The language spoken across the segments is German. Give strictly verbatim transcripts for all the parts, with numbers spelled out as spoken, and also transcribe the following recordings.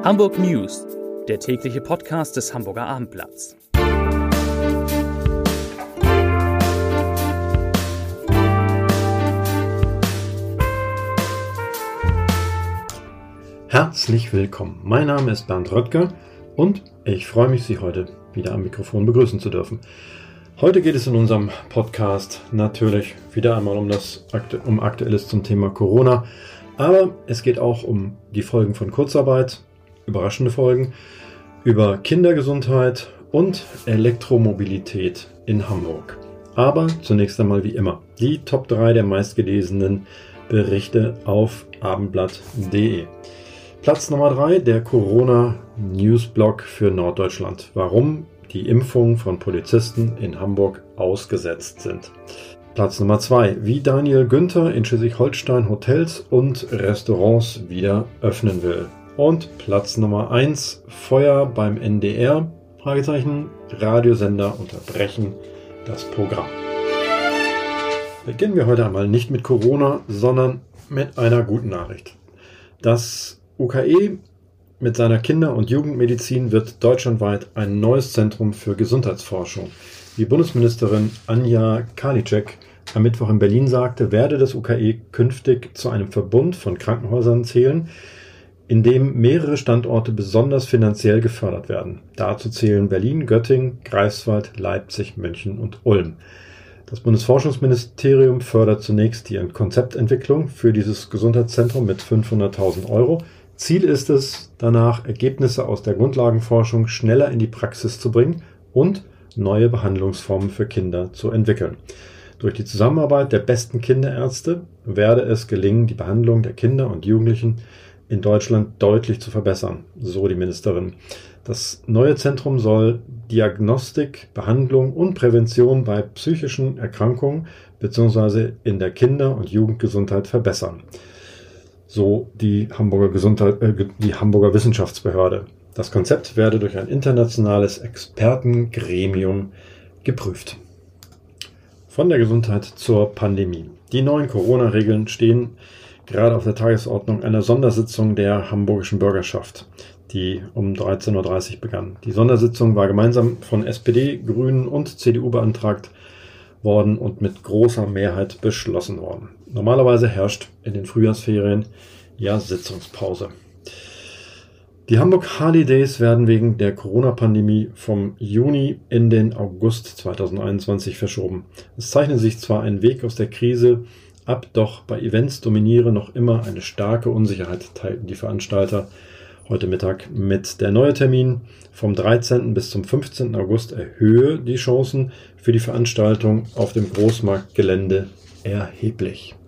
Hamburg News, der tägliche Podcast des Hamburger Abendblatts. Herzlich willkommen. Mein Name ist Bernd Röttger und ich freue mich, Sie heute wieder am Mikrofon begrüßen zu dürfen. Heute geht es in unserem Podcast natürlich wieder einmal um das um Aktuelles zum Thema Corona, aber es geht auch um die Folgen von Kurzarbeit, überraschende Folgen, über Kindergesundheit und Elektromobilität in Hamburg. Aber zunächst einmal wie immer die Top drei der meistgelesenen Berichte auf abendblatt punkt de. Platz Nummer drei, der Corona-Newsblog für Norddeutschland. Warum die Impfungen von Polizisten in Hamburg ausgesetzt sind. Platz Nummer zwei, wie Daniel Günther in Schleswig-Holstein Hotels und Restaurants wieder öffnen will. Und Platz Nummer eins, Feuer beim N D R, Fragezeichen, Radiosender unterbrechen das Programm. Beginnen wir heute einmal nicht mit Corona, sondern mit einer guten Nachricht. Das U K E mit seiner Kinder- und Jugendmedizin wird deutschlandweit ein neues Zentrum für Gesundheitsforschung. Wie Bundesministerin Anja Karliczek am Mittwoch in Berlin sagte, werde das U K E künftig zu einem Verbund von Krankenhäusern zählen, in dem mehrere Standorte besonders finanziell gefördert werden. Dazu zählen Berlin, Göttingen, Greifswald, Leipzig, München und Ulm. Das Bundesforschungsministerium fördert zunächst die Konzeptentwicklung für dieses Gesundheitszentrum mit fünfhunderttausend Euro. Ziel ist es, danach Ergebnisse aus der Grundlagenforschung schneller in die Praxis zu bringen und neue Behandlungsformen für Kinder zu entwickeln. Durch die Zusammenarbeit der besten Kinderärzte werde es gelingen, die Behandlung der Kinder und Jugendlichen in Deutschland deutlich zu verbessern, so die Ministerin. Das neue Zentrum soll Diagnostik, Behandlung und Prävention bei psychischen Erkrankungen bzw. in der Kinder- und Jugendgesundheit verbessern. So die Hamburger Gesundheit, äh, die Hamburger Wissenschaftsbehörde. Das Konzept werde durch ein internationales Expertengremium geprüft. Von der Gesundheit zur Pandemie. Die neuen Corona-Regeln stehen gerade auf der Tagesordnung einer Sondersitzung der hamburgischen Bürgerschaft, die um dreizehn Uhr dreißig begann. Die Sondersitzung war gemeinsam von S P D, Grünen und C D U beantragt worden und mit großer Mehrheit beschlossen worden. Normalerweise herrscht in den Frühjahrsferien ja Sitzungspause. Die Hamburg Harley Days werden wegen der Corona-Pandemie vom Juni in den August zweitausendeinundzwanzig verschoben. Es zeichnet sich zwar ein Weg aus der Krise ab, doch bei Events dominiere noch immer eine starke Unsicherheit, teilten die Veranstalter heute Mittag mit. Der neue Termin vom dreizehnten bis zum fünfzehnten August erhöhe die Chancen für die Veranstaltung auf dem Großmarktgelände erheblich.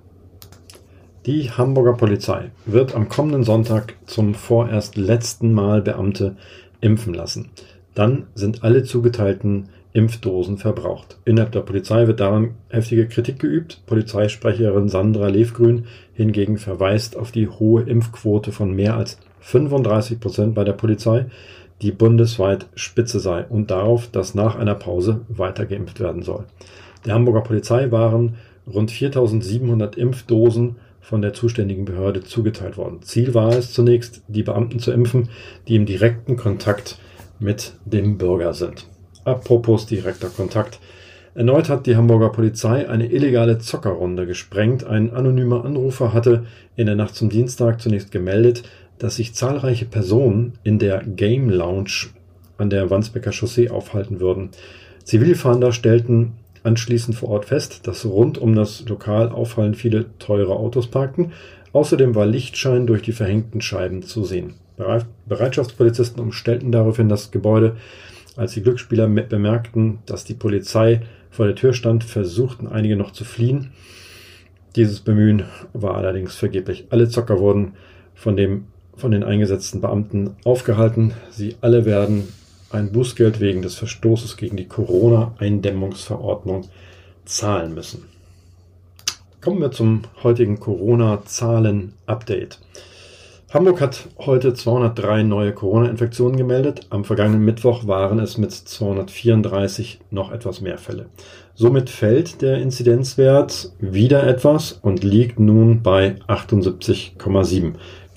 Die Hamburger Polizei wird am kommenden Sonntag zum vorerst letzten Mal Beamte impfen lassen. Dann sind alle zugeteilten Impfdosen verbraucht. Innerhalb der Polizei wird daran heftige Kritik geübt. Polizeisprecherin Sandra Levgrün hingegen verweist auf die hohe Impfquote von mehr als fünfunddreißig Prozent bei der Polizei, die bundesweit Spitze sei, und darauf, dass nach einer Pause weiter geimpft werden soll. Der Hamburger Polizei waren rund viertausendsiebenhundert Impfdosen von der zuständigen Behörde zugeteilt worden. Ziel war es zunächst, die Beamten zu impfen, die im direkten Kontakt mit dem Bürger sind. Apropos direkter Kontakt. Erneut hat die Hamburger Polizei eine illegale Zockerrunde gesprengt. Ein anonymer Anrufer hatte in der Nacht zum Dienstag zunächst gemeldet, dass sich zahlreiche Personen in der Game Lounge an der Wandsbeker Chaussee aufhalten würden. Zivilfahnder stellten anschließend vor Ort fest, dass rund um das Lokal auffallend viele teure Autos parkten. Außerdem war Lichtschein durch die verhängten Scheiben zu sehen. Bereitschaftspolizisten umstellten daraufhin das Gebäude. Als die Glücksspieler bemerkten, dass die Polizei vor der Tür stand, versuchten einige noch zu fliehen. Dieses Bemühen war allerdings vergeblich. Alle Zocker wurden von, dem, von den eingesetzten Beamten aufgehalten. Sie alle werden ein Bußgeld wegen des Verstoßes gegen die Corona-Eindämmungsverordnung zahlen müssen. Kommen wir zum heutigen Corona-Zahlen-Update. Hamburg hat heute zweihundertdrei neue Corona-Infektionen gemeldet. Am vergangenen Mittwoch waren es mit zweihundertvierunddreißig noch etwas mehr Fälle. Somit fällt der Inzidenzwert wieder etwas und liegt nun bei achtundsiebzig Komma sieben.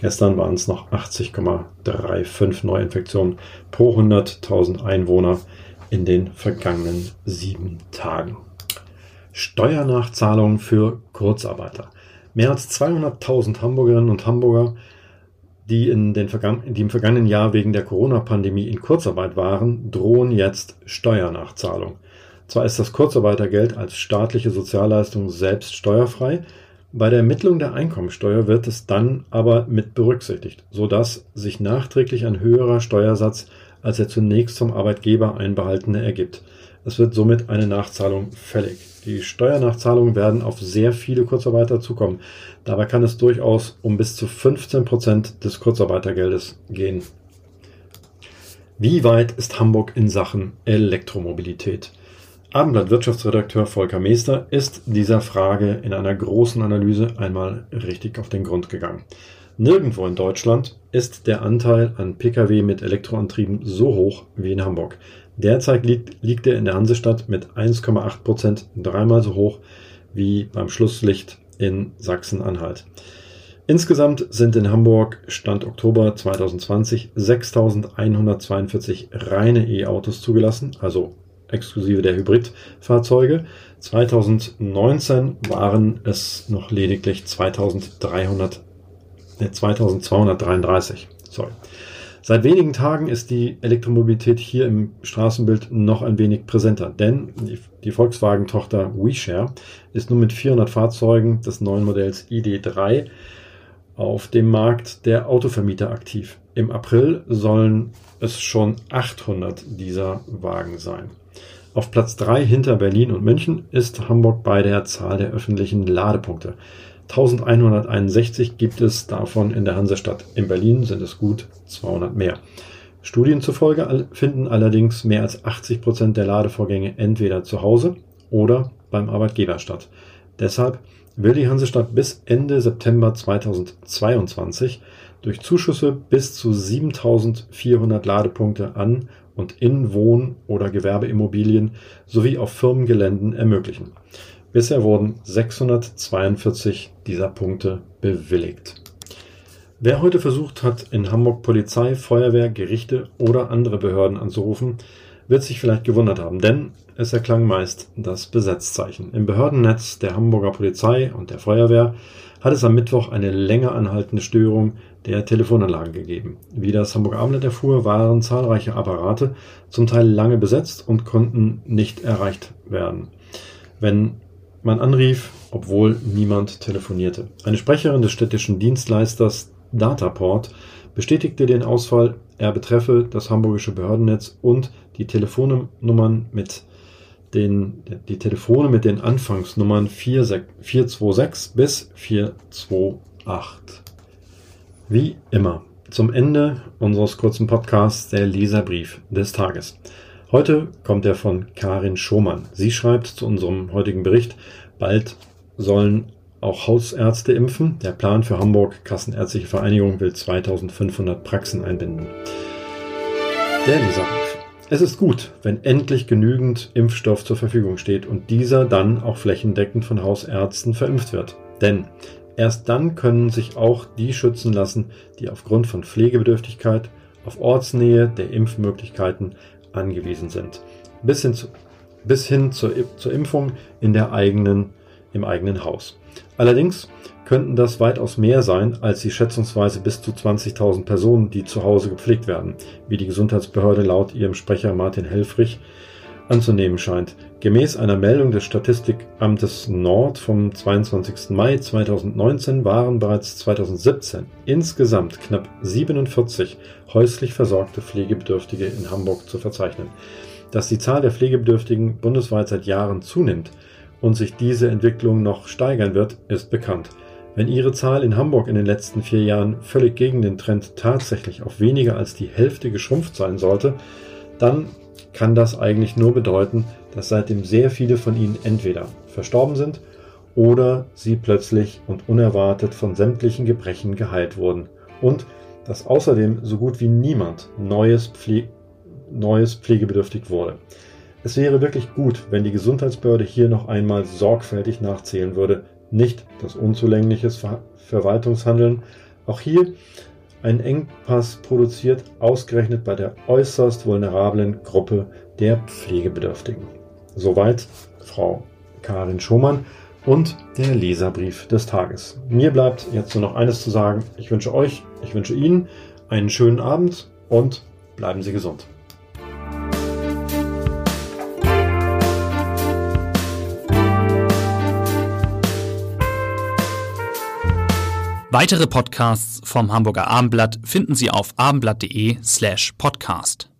Gestern waren es noch achtzig Komma fünfunddreißig Neuinfektionen pro hunderttausend Einwohner in den vergangenen sieben Tagen. Steuernachzahlungen für Kurzarbeiter. Mehr als zweihunderttausend Hamburgerinnen und Hamburger, die, in den Vergangen- die im vergangenen Jahr wegen der Corona-Pandemie in Kurzarbeit waren, drohen jetzt Steuernachzahlung. Zwar ist das Kurzarbeitergeld als staatliche Sozialleistung selbst steuerfrei, bei der Ermittlung der Einkommensteuer wird es dann aber mit berücksichtigt, sodass sich nachträglich ein höherer Steuersatz als der zunächst vom Arbeitgeber einbehaltene ergibt. Es wird somit eine Nachzahlung fällig. Die Steuernachzahlungen werden auf sehr viele Kurzarbeiter zukommen. Dabei kann es durchaus um bis zu fünfzehn Prozent des Kurzarbeitergeldes gehen. Wie weit ist Hamburg in Sachen Elektromobilität? Abendblatt-Wirtschaftsredakteur Volker Meester ist dieser Frage in einer großen Analyse einmal richtig auf den Grund gegangen. Nirgendwo in Deutschland ist der Anteil an Pkw mit Elektroantrieben so hoch wie in Hamburg. Derzeit liegt, liegt er in der Hansestadt mit eins Komma acht Prozent dreimal so hoch wie beim Schlusslicht in Sachsen-Anhalt. Insgesamt sind in Hamburg Stand Oktober zweitausendzwanzig sechstausendeinhundertzweiundvierzig reine E-Autos zugelassen, also exklusive der Hybridfahrzeuge. zweitausendneunzehn waren es noch lediglich zweitausenddreihundert, äh, zweitausendzweihundertdreiunddreißig. Sorry. Seit wenigen Tagen ist die Elektromobilität hier im Straßenbild noch ein wenig präsenter, denn die, die Volkswagen-Tochter WeShare ist nun mit vierhundert Fahrzeugen des neuen Modells I D drei auf dem Markt der Autovermieter aktiv. Im April sollen es schon achthundert dieser Wagen sein. Auf Platz drei hinter Berlin und München ist Hamburg bei der Zahl der öffentlichen Ladepunkte. elfhunderteinundsechzig gibt es davon in der Hansestadt. In Berlin sind es gut zweihundert mehr. Studien zufolge finden allerdings mehr als achtzig Prozent der Ladevorgänge entweder zu Hause oder beim Arbeitgeber statt. Deshalb will die Hansestadt bis Ende September zweitausendzweiundzwanzig durch Zuschüsse bis zu siebentausendvierhundert Ladepunkte an und in Wohn- oder Gewerbeimmobilien sowie auf Firmengeländen ermöglichen. Bisher wurden sechshundertzweiundvierzig dieser Punkte bewilligt. Wer heute versucht hat, in Hamburg Polizei, Feuerwehr, Gerichte oder andere Behörden anzurufen, wird sich vielleicht gewundert haben, denn es erklang meist das Besetzzeichen. Im Behördennetz der Hamburger Polizei und der Feuerwehr hat es am Mittwoch eine länger anhaltende Störung der Telefonanlagen gegeben. Wie das Hamburger Abendblatt erfuhr, waren zahlreiche Apparate zum Teil lange besetzt und konnten nicht erreicht werden, wenn man anrief, obwohl niemand telefonierte. Eine Sprecherin des städtischen Dienstleisters Dataport bestätigte den Ausfall. Er betreffe das hamburgische Behördennetz und die Telefonnummern mit den, die Telefone mit den Anfangsnummern vier zwei sechs bis vier zwei acht. Wie immer, zum Ende unseres kurzen Podcasts der Leserbrief des Tages. Heute kommt er von Karin Schomann. Sie schreibt zu unserem heutigen Bericht: Bald sollen auch Hausärzte impfen. Der Plan für Hamburg Kassenärztliche Vereinigung will zweitausendfünfhundert Praxen einbinden. Der Leserbrief. Es ist gut, wenn endlich genügend Impfstoff zur Verfügung steht und dieser dann auch flächendeckend von Hausärzten verimpft wird. Denn erst dann können sich auch die schützen lassen, die aufgrund von Pflegebedürftigkeit auf Ortsnähe der Impfmöglichkeiten angewiesen sind. Bis hin, zu, bis hin zur, zur Impfung in der eigenen, im eigenen Haus. Allerdings könnten das weitaus mehr sein als die schätzungsweise bis zu zwanzigtausend Personen, die zu Hause gepflegt werden, wie die Gesundheitsbehörde laut ihrem Sprecher Martin Helfrich anzunehmen scheint. Gemäß einer Meldung des Statistikamtes Nord vom zweiundzwanzigsten Mai zweitausendneunzehn waren bereits zweitausendsiebzehn insgesamt knapp siebenundvierzig häuslich versorgte Pflegebedürftige in Hamburg zu verzeichnen. Dass die Zahl der Pflegebedürftigen bundesweit seit Jahren zunimmt und sich diese Entwicklung noch steigern wird, ist bekannt. Wenn ihre Zahl in Hamburg in den letzten vier Jahren völlig gegen den Trend tatsächlich auf weniger als die Hälfte geschrumpft sein sollte, dann kann das eigentlich nur bedeuten, dass seitdem sehr viele von ihnen entweder verstorben sind oder sie plötzlich und unerwartet von sämtlichen Gebrechen geheilt wurden und dass außerdem so gut wie niemand Neues, Pfle- Neues pflegebedürftig wurde. Es wäre wirklich gut, wenn die Gesundheitsbehörde hier noch einmal sorgfältig nachzählen würde, nicht das unzulängliches Ver- Verwaltungshandeln, Auch hier ein Engpass produziert, ausgerechnet bei der äußerst vulnerablen Gruppe der Pflegebedürftigen. Soweit Frau Karin Schumann und der Leserbrief des Tages. Mir bleibt jetzt nur noch eines zu sagen. Ich wünsche euch, ich wünsche Ihnen einen schönen Abend und bleiben Sie gesund. Weitere Podcasts vom Hamburger Abendblatt finden Sie auf abendblatt punkt de slash podcast.